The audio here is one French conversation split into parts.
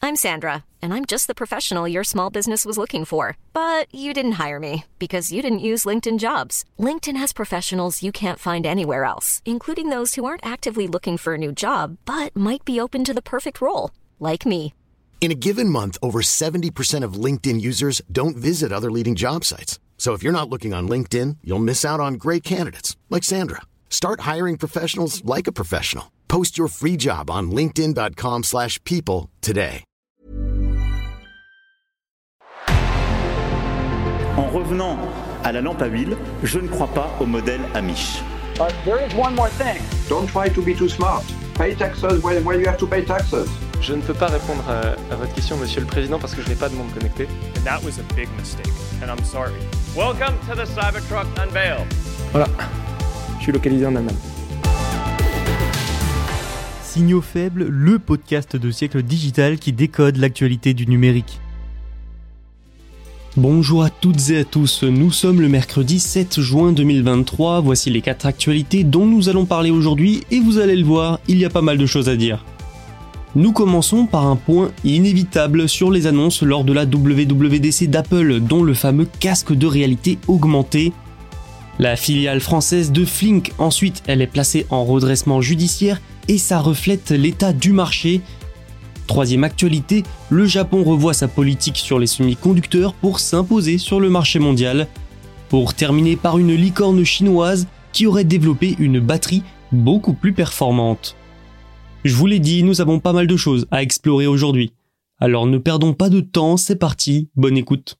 I'm Sandra, and I'm just the professional your small business was looking for. But you didn't hire me because you didn't use LinkedIn Jobs. LinkedIn has professionals you can't find anywhere else, including those who aren't actively looking for a new job, but might be open to the perfect role, like me. In a given month, over 70% of LinkedIn users don't visit other leading job sites. So if you're not looking on LinkedIn, you'll miss out on great candidates like Sandra. Start hiring professionals like a professional. Post your free job on linkedin.com/people today. En revenant à la lampe à huile, je ne crois pas au modèle Amish. But there is one more thing. Don't try to be too smart. Pay taxes when you have to pay taxes. Je ne peux pas répondre à votre question, Monsieur le Président, parce que je n'ai pas de monde connecté. And that was a big mistake, and I'm sorry. Welcome to the Cybertruck Unveil. Voilà, je suis localisé en Allemagne. Signaux faibles, le podcast de Siècle Digital qui décode l'actualité du numérique. Bonjour à toutes et à tous, nous sommes le mercredi 7 juin 2023, voici les 4 actualités dont nous allons parler aujourd'hui et vous allez le voir, il y a pas mal de choses à dire. Nous commençons par un point inévitable sur les annonces lors de la WWDC d'Apple, dont le fameux casque de réalité augmentée. La filiale française de Flink, ensuite, elle est placée en redressement judiciaire et ça reflète l'état du marché. Troisième actualité, le Japon revoit sa politique sur les semi-conducteurs pour s'imposer sur le marché mondial. Pour terminer par une licorne chinoise qui aurait développé une batterie beaucoup plus performante. Je vous l'ai dit, nous avons pas mal de choses à explorer aujourd'hui. Alors ne perdons pas de temps, c'est parti, bonne écoute.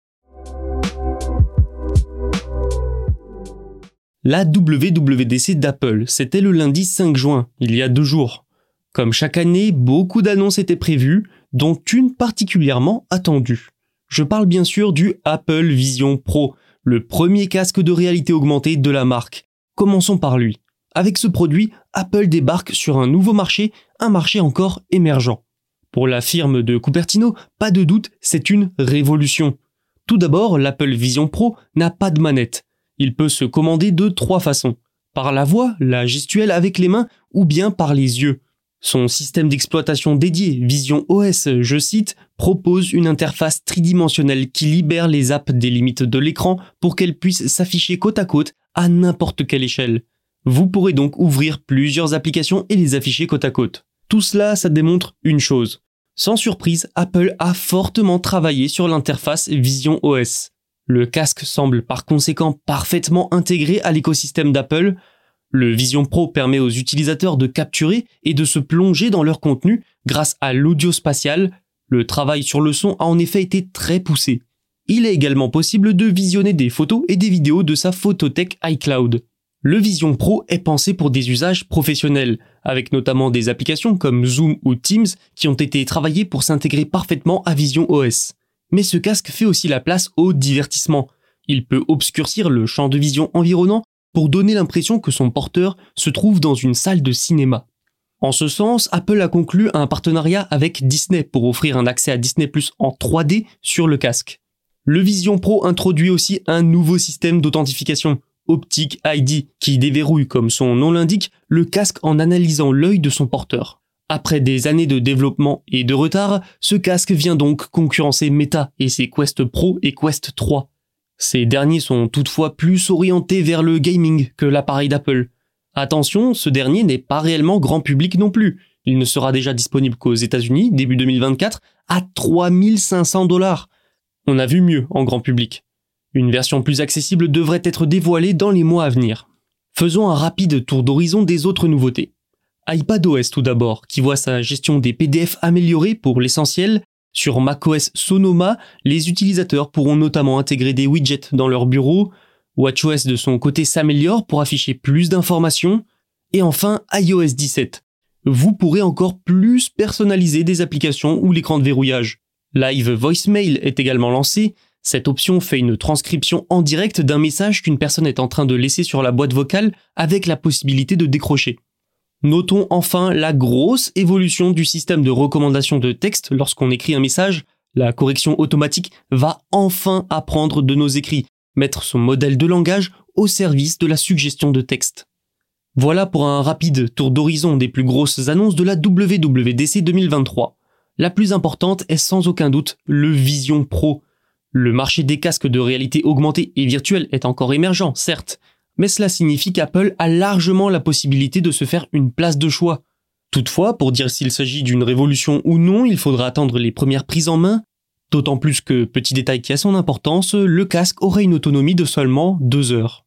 La WWDC d'Apple, c'était le lundi 5 juin, il y a 2 jours. Comme chaque année, beaucoup d'annonces étaient prévues, dont une particulièrement attendue. Je parle bien sûr du Apple Vision Pro, le premier casque de réalité augmentée de la marque. Commençons par lui. Avec ce produit, Apple débarque sur un nouveau marché, un marché encore émergent. Pour la firme de Cupertino, pas de doute, c'est une révolution. Tout d'abord, l'Apple Vision Pro n'a pas de manette. Il peut se commander de 3 façons. Par la voix, la gestuelle avec les mains, ou bien par les yeux. Son système d'exploitation dédié, Vision OS, je cite, propose une interface tridimensionnelle qui libère les apps des limites de l'écran pour qu'elles puissent s'afficher côte à côte à n'importe quelle échelle. Vous pourrez donc ouvrir plusieurs applications et les afficher côte à côte. Tout cela, ça démontre une chose. Sans surprise, Apple a fortement travaillé sur l'interface Vision OS. Le casque semble par conséquent parfaitement intégré à l'écosystème d'Apple. Le Vision Pro permet aux utilisateurs de capturer et de se plonger dans leur contenu grâce à l'audio spatial. Le travail sur le son a en effet été très poussé. Il est également possible de visionner des photos et des vidéos de sa photothèque iCloud. Le Vision Pro est pensé pour des usages professionnels, avec notamment des applications comme Zoom ou Teams qui ont été travaillées pour s'intégrer parfaitement à Vision OS. Mais ce casque fait aussi la place au divertissement. Il peut obscurcir le champ de vision environnant pour donner l'impression que son porteur se trouve dans une salle de cinéma. En ce sens, Apple a conclu un partenariat avec Disney pour offrir un accès à Disney+ en 3D sur le casque. Le Vision Pro introduit aussi un nouveau système d'authentification, Optic ID, qui déverrouille, comme son nom l'indique, le casque en analysant l'œil de son porteur. Après des années de développement et de retard, ce casque vient donc concurrencer Meta et ses Quest Pro et Quest 3. Ces derniers sont toutefois plus orientés vers le gaming que l'appareil d'Apple. Attention, ce dernier n'est pas réellement grand public non plus. Il ne sera déjà disponible qu'aux États-Unis, début 2024, à $3 500. On a vu mieux en grand public. Une version plus accessible devrait être dévoilée dans les mois à venir. Faisons un rapide tour d'horizon des autres nouveautés. iPadOS tout d'abord, qui voit sa gestion des PDF améliorée pour l'essentiel. Sur macOS Sonoma, les utilisateurs pourront notamment intégrer des widgets dans leur bureau. WatchOS de son côté s'améliore pour afficher plus d'informations. Et enfin, iOS 17. Vous pourrez encore plus personnaliser des applications ou l'écran de verrouillage. Live Voicemail est également lancé. Cette option fait une transcription en direct d'un message qu'une personne est en train de laisser sur la boîte vocale avec la possibilité de décrocher. Notons enfin la grosse évolution du système de recommandation de texte lorsqu'on écrit un message. La correction automatique va enfin apprendre de nos écrits, mettre son modèle de langage au service de la suggestion de texte. Voilà pour un rapide tour d'horizon des plus grosses annonces de la WWDC 2023. La plus importante est sans aucun doute le Vision Pro. Le marché des casques de réalité augmentée et virtuelle est encore émergent, certes, mais cela signifie qu'Apple a largement la possibilité de se faire une place de choix. Toutefois, pour dire s'il s'agit d'une révolution ou non, il faudra attendre les premières prises en main, d'autant plus que, petit détail qui a son importance, le casque aurait une autonomie de seulement 2 heures.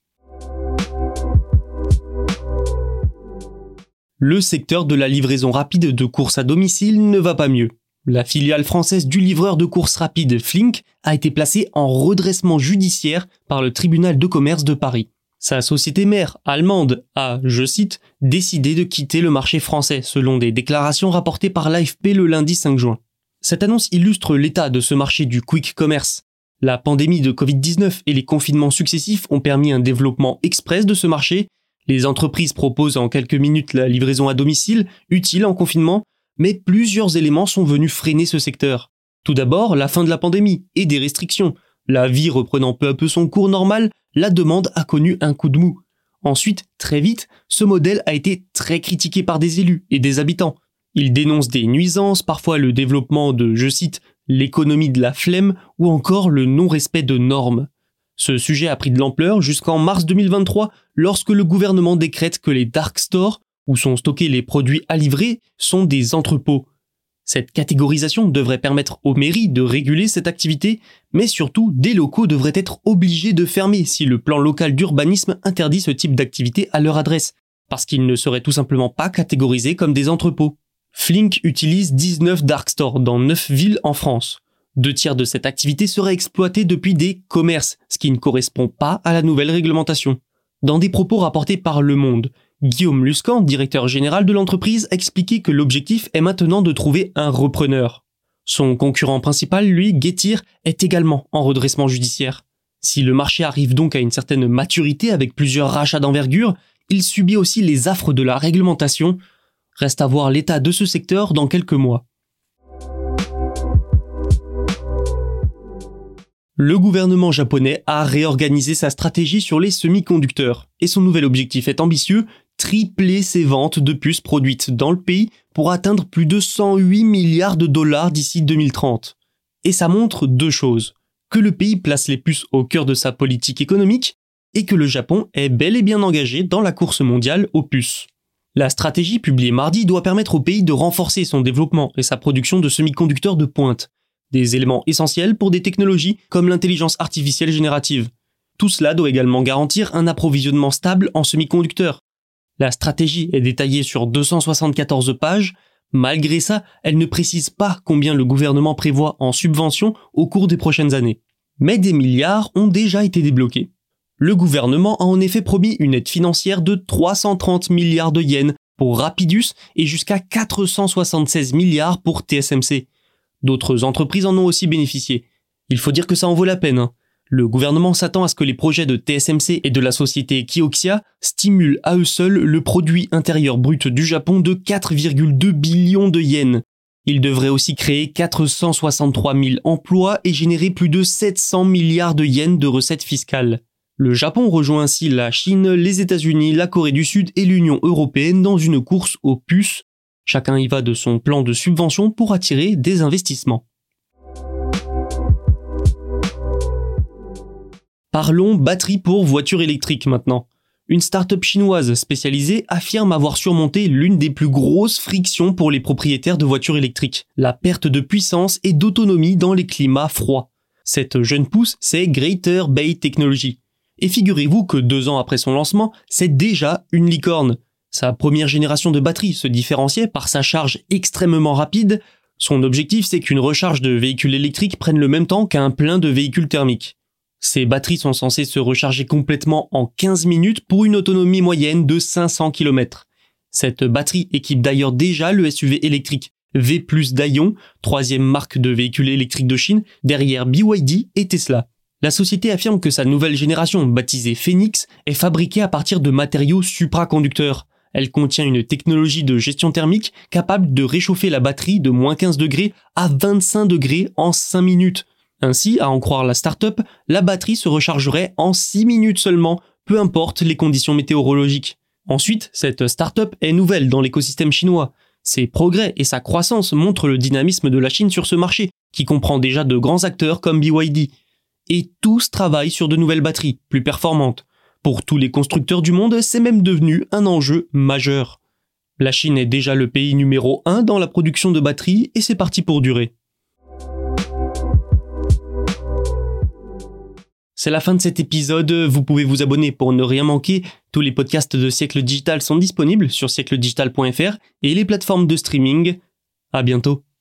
Le secteur de la livraison rapide de courses à domicile ne va pas mieux. La filiale française du livreur de courses rapides Flink a été placée en redressement judiciaire par le tribunal de commerce de Paris. Sa société mère, allemande, a, je cite, décidé de quitter le marché français, selon des déclarations rapportées par l'AFP le lundi 5 juin. Cette annonce illustre l'état de ce marché du quick commerce. La pandémie de Covid-19 et les confinements successifs ont permis un développement express de ce marché. Les entreprises proposent en quelques minutes la livraison à domicile, utile en confinement, mais plusieurs éléments sont venus freiner ce secteur. Tout d'abord, la fin de la pandémie et des restrictions. La vie reprenant peu à peu son cours normal, la demande a connu un coup de mou. Ensuite, très vite, ce modèle a été très critiqué par des élus et des habitants. Ils dénoncent des nuisances, parfois le développement de, je cite, l'économie de la flemme ou encore le non-respect de normes. Ce sujet a pris de l'ampleur jusqu'en mars 2023 lorsque le gouvernement décrète que les dark stores, où sont stockés les produits à livrer, sont des entrepôts. Cette catégorisation devrait permettre aux mairies de réguler cette activité, mais surtout des locaux devraient être obligés de fermer si le plan local d'urbanisme interdit ce type d'activité à leur adresse, parce qu'ils ne seraient tout simplement pas catégorisés comme des entrepôts. Flink utilise 19 dark stores dans 9 villes en France. 2 tiers de cette activité seraient exploités depuis des commerces, ce qui ne correspond pas à la nouvelle réglementation. Dans des propos rapportés par Le Monde, Guillaume Luscan, directeur général de l'entreprise, a expliqué que l'objectif est maintenant de trouver un repreneur. Son concurrent principal, lui, Getir, est également en redressement judiciaire. Si le marché arrive donc à une certaine maturité avec plusieurs rachats d'envergure, il subit aussi les affres de la réglementation. Reste à voir l'état de ce secteur dans quelques mois. Le gouvernement japonais a réorganisé sa stratégie sur les semi-conducteurs et son nouvel objectif est ambitieux, tripler ses ventes de puces produites dans le pays pour atteindre plus de 108 milliards de dollars d'ici 2030. Et ça montre 2 choses, que le pays place les puces au cœur de sa politique économique et que le Japon est bel et bien engagé dans la course mondiale aux puces. La stratégie publiée mardi doit permettre au pays de renforcer son développement et sa production de semi-conducteurs de pointe, des éléments essentiels pour des technologies comme l'intelligence artificielle générative. Tout cela doit également garantir un approvisionnement stable en semi-conducteurs. La stratégie est détaillée sur 274 pages. Malgré ça, elle ne précise pas combien le gouvernement prévoit en subventions au cours des prochaines années. Mais des milliards ont déjà été débloqués. Le gouvernement a en effet promis une aide financière de 330 milliards de yens pour Rapidus et jusqu'à 476 milliards pour TSMC. D'autres entreprises en ont aussi bénéficié. Il faut dire que ça en vaut la peine. Le gouvernement s'attend à ce que les projets de TSMC et de la société Kioxia stimulent à eux seuls le produit intérieur brut du Japon de 4,2 billions de yens. Ils devraient aussi créer 463 000 emplois et générer plus de 700 milliards de yens de recettes fiscales. Le Japon rejoint ainsi la Chine, les États-Unis, la Corée du Sud et l'Union européenne dans une course aux puces. Chacun y va de son plan de subvention pour attirer des investissements. Parlons batterie pour voitures électriques maintenant. Une start-up chinoise spécialisée affirme avoir surmonté l'une des plus grosses frictions pour les propriétaires de voitures électriques, la perte de puissance et d'autonomie dans les climats froids. Cette jeune pousse, c'est Greater Bay Technology. Et figurez-vous que 2 ans après son lancement, c'est déjà une licorne. Sa première génération de batterie se différenciait par sa charge extrêmement rapide. Son objectif, c'est qu'une recharge de véhicule électrique prenne le même temps qu'un plein de véhicule thermique. Ces batteries sont censées se recharger complètement en 15 minutes pour une autonomie moyenne de 500 km. Cette batterie équipe d'ailleurs déjà le SUV électrique V+ d'Aion, 3e marque de véhicules électriques de Chine, derrière BYD et Tesla. La société affirme que sa nouvelle génération, baptisée Phoenix, est fabriquée à partir de matériaux supraconducteurs. Elle contient une technologie de gestion thermique capable de réchauffer la batterie de moins 15 degrés à 25 degrés en 5 minutes. Ainsi, à en croire la start-up, la batterie se rechargerait en 6 minutes seulement, peu importe les conditions météorologiques. Ensuite, cette start-up est nouvelle dans l'écosystème chinois. Ses progrès et sa croissance montrent le dynamisme de la Chine sur ce marché, qui comprend déjà de grands acteurs comme BYD. Et tous travaillent sur de nouvelles batteries, plus performantes. Pour tous les constructeurs du monde, c'est même devenu un enjeu majeur. La Chine est déjà le pays numéro 1 dans la production de batteries et c'est parti pour durer. C'est la fin de cet épisode, vous pouvez vous abonner pour ne rien manquer. Tous les podcasts de Siècle Digital sont disponibles sur siècledigital.fr et les plateformes de streaming. À bientôt.